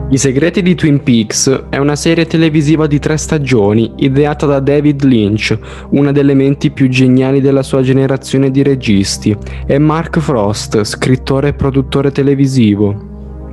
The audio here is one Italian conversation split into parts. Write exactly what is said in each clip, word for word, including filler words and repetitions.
I segreti di Twin Peaks è una serie televisiva di tre stagioni ideata da David Lynch, una delle menti più geniali della sua generazione di registi, e Mark Frost, scrittore e produttore televisivo.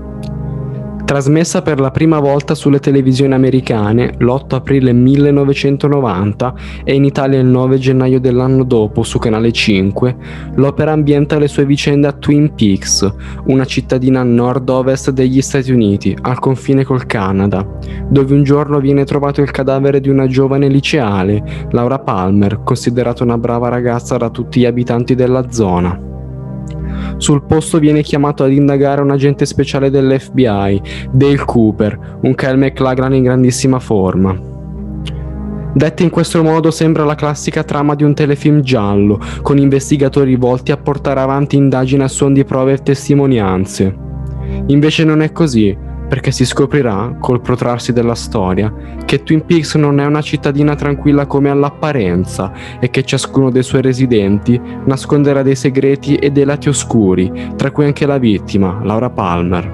Trasmessa per la prima volta sulle televisioni americane l'otto aprile millenovecentonovanta e in Italia il nove gennaio dell'anno dopo su Canale cinque, l'opera ambienta le sue vicende a Twin Peaks, una cittadina a nord-ovest degli Stati Uniti, al confine col Canada, dove un giorno viene trovato il cadavere di una giovane liceale, Laura Palmer, considerata una brava ragazza da tutti gli abitanti della zona. Sul posto viene chiamato ad indagare un agente speciale dell'F B I, Dale Cooper, un Kyle MacLachlan in grandissima forma. Detta in questo modo sembra la classica trama di un telefilm giallo, con investigatori volti a portare avanti indagini a suon di prove e testimonianze. Invece non è così, perché si scoprirà, col protrarsi della storia, che Twin Peaks non è una cittadina tranquilla come all'apparenza e che ciascuno dei suoi residenti nasconderà dei segreti e dei lati oscuri, tra cui anche la vittima, Laura Palmer.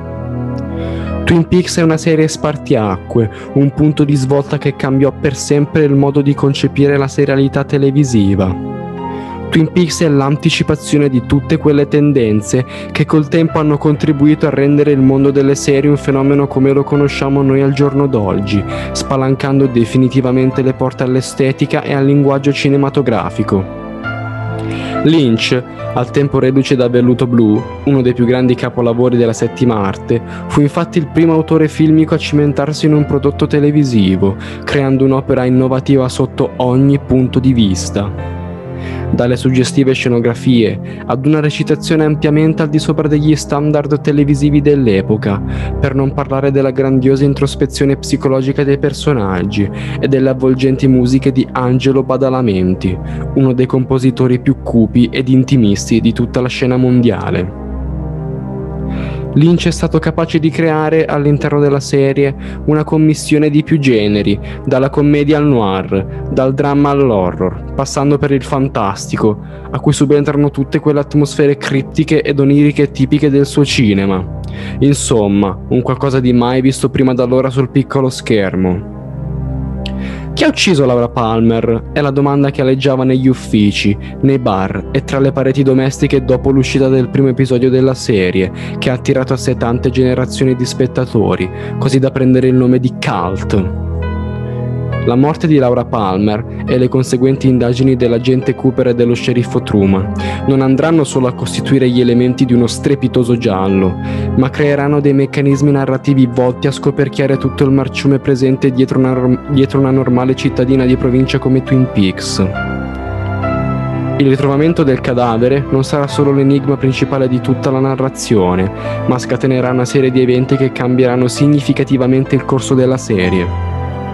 Twin Peaks è una serie spartiacque, un punto di svolta che cambiò per sempre il modo di concepire la serialità televisiva. Twin Peaks è l'anticipazione di tutte quelle tendenze che col tempo hanno contribuito a rendere il mondo delle serie un fenomeno come lo conosciamo noi al giorno d'oggi, spalancando definitivamente le porte all'estetica e al linguaggio cinematografico. Lynch, al tempo reduce da Velluto Blu, uno dei più grandi capolavori della settima arte, fu infatti il primo autore filmico a cimentarsi in un prodotto televisivo, creando un'opera innovativa sotto ogni punto di vista. Dalle suggestive scenografie ad una recitazione ampiamente al di sopra degli standard televisivi dell'epoca, per non parlare della grandiosa introspezione psicologica dei personaggi e delle avvolgenti musiche di Angelo Badalamenti, uno dei compositori più cupi ed intimisti di tutta la scena mondiale. Lynch è stato capace di creare all'interno della serie una commistione di più generi, dalla commedia al noir, dal dramma all'horror, passando per il fantastico, a cui subentrano tutte quelle atmosfere criptiche ed oniriche tipiche del suo cinema. Insomma, un qualcosa di mai visto prima d'allora sul piccolo schermo. Chi ha ucciso Laura Palmer? È la domanda che aleggiava negli uffici, nei bar e tra le pareti domestiche dopo l'uscita del primo episodio della serie, che ha attirato a sé tante generazioni di spettatori, così da prendere il nome di cult. La morte di Laura Palmer e le conseguenti indagini dell'agente Cooper e dello sceriffo Truman non andranno solo a costituire gli elementi di uno strepitoso giallo, ma creeranno dei meccanismi narrativi volti a scoperchiare tutto il marciume presente dietro una, dietro una normale cittadina di provincia come Twin Peaks. Il ritrovamento del cadavere non sarà solo l'enigma principale di tutta la narrazione, ma scatenerà una serie di eventi che cambieranno significativamente il corso della serie.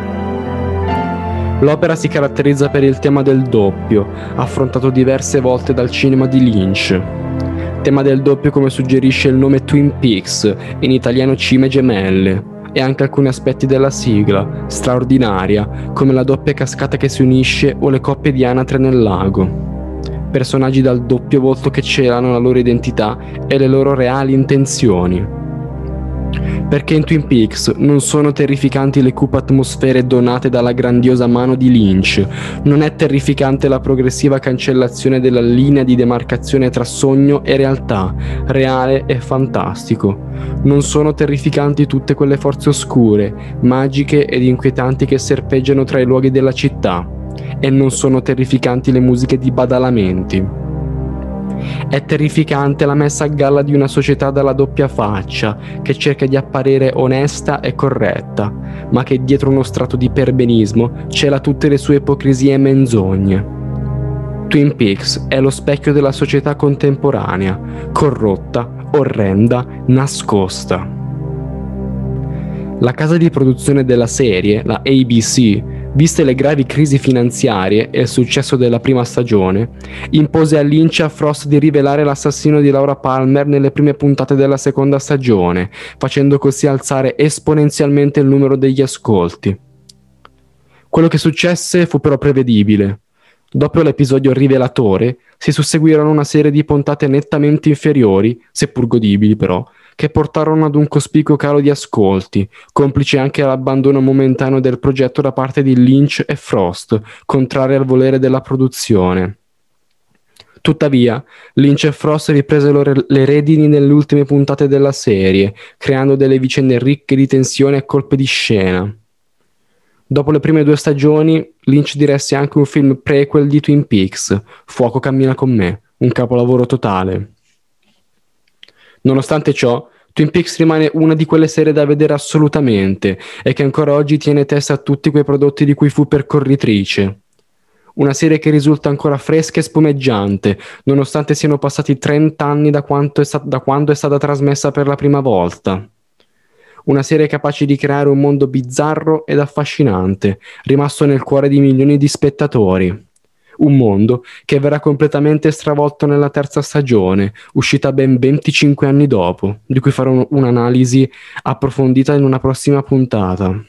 L'opera si caratterizza per il tema del doppio, affrontato diverse volte dal cinema di Lynch. Tema del doppio come suggerisce il nome Twin Peaks, in italiano Cime Gemelle, e anche alcuni aspetti della sigla, straordinaria, come la doppia cascata che si unisce o le coppie di anatre nel lago. Personaggi dal doppio volto che celano la loro identità e le loro reali intenzioni. Perché in Twin Peaks non sono terrificanti le cupe atmosfere donate dalla grandiosa mano di Lynch, non è terrificante la progressiva cancellazione della linea di demarcazione tra sogno e realtà, reale e fantastico. Non sono terrificanti tutte quelle forze oscure, magiche ed inquietanti che serpeggiano tra i luoghi della città, e non sono terrificanti le musiche di Badalamenti. È terrificante la messa a galla di una società dalla doppia faccia, che cerca di apparire onesta e corretta, ma che dietro uno strato di perbenismo cela tutte le sue ipocrisie e menzogne. Twin Peaks è lo specchio della società contemporanea, corrotta, orrenda, nascosta. La casa di produzione della serie, la A B C, viste le gravi crisi finanziarie e il successo della prima stagione, impose a Lynch e a Frost di rivelare l'assassino di Laura Palmer nelle prime puntate della seconda stagione, facendo così alzare esponenzialmente il numero degli ascolti. Quello che successe fu però prevedibile. Dopo l'episodio rivelatore, si susseguirono una serie di puntate nettamente inferiori, seppur godibili però, che portarono ad un cospicuo calo di ascolti, complice anche l'abbandono momentaneo del progetto da parte di Lynch e Frost, contrari al volere della produzione. Tuttavia, Lynch e Frost ripresero le redini nelle ultime puntate della serie, creando delle vicende ricche di tensione e colpi di scena. Dopo le prime due stagioni, Lynch diresse anche un film prequel di Twin Peaks, Fuoco cammina con me, un capolavoro totale. Nonostante ciò, Twin Peaks rimane una di quelle serie da vedere assolutamente e che ancora oggi tiene testa a tutti quei prodotti di cui fu percorritrice. Una serie che risulta ancora fresca e spumeggiante, nonostante siano passati trenta anni da, quanto è sta- da quando è stata trasmessa per la prima volta. Una serie capace di creare un mondo bizzarro ed affascinante, rimasto nel cuore di milioni di spettatori. Un mondo che verrà completamente stravolto nella terza stagione, uscita ben venticinque anni dopo, di cui farò un'analisi approfondita in una prossima puntata.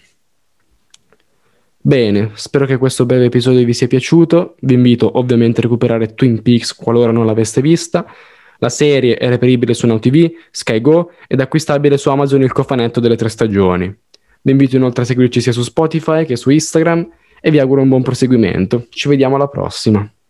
Bene, spero che questo breve episodio vi sia piaciuto. Vi invito ovviamente a recuperare Twin Peaks qualora non l'aveste vista. La serie è reperibile su Now T V, Sky Go ed acquistabile su Amazon il cofanetto delle tre stagioni. Vi invito inoltre a seguirci sia su Spotify che su Instagram e vi auguro un buon proseguimento. Ci vediamo alla prossima.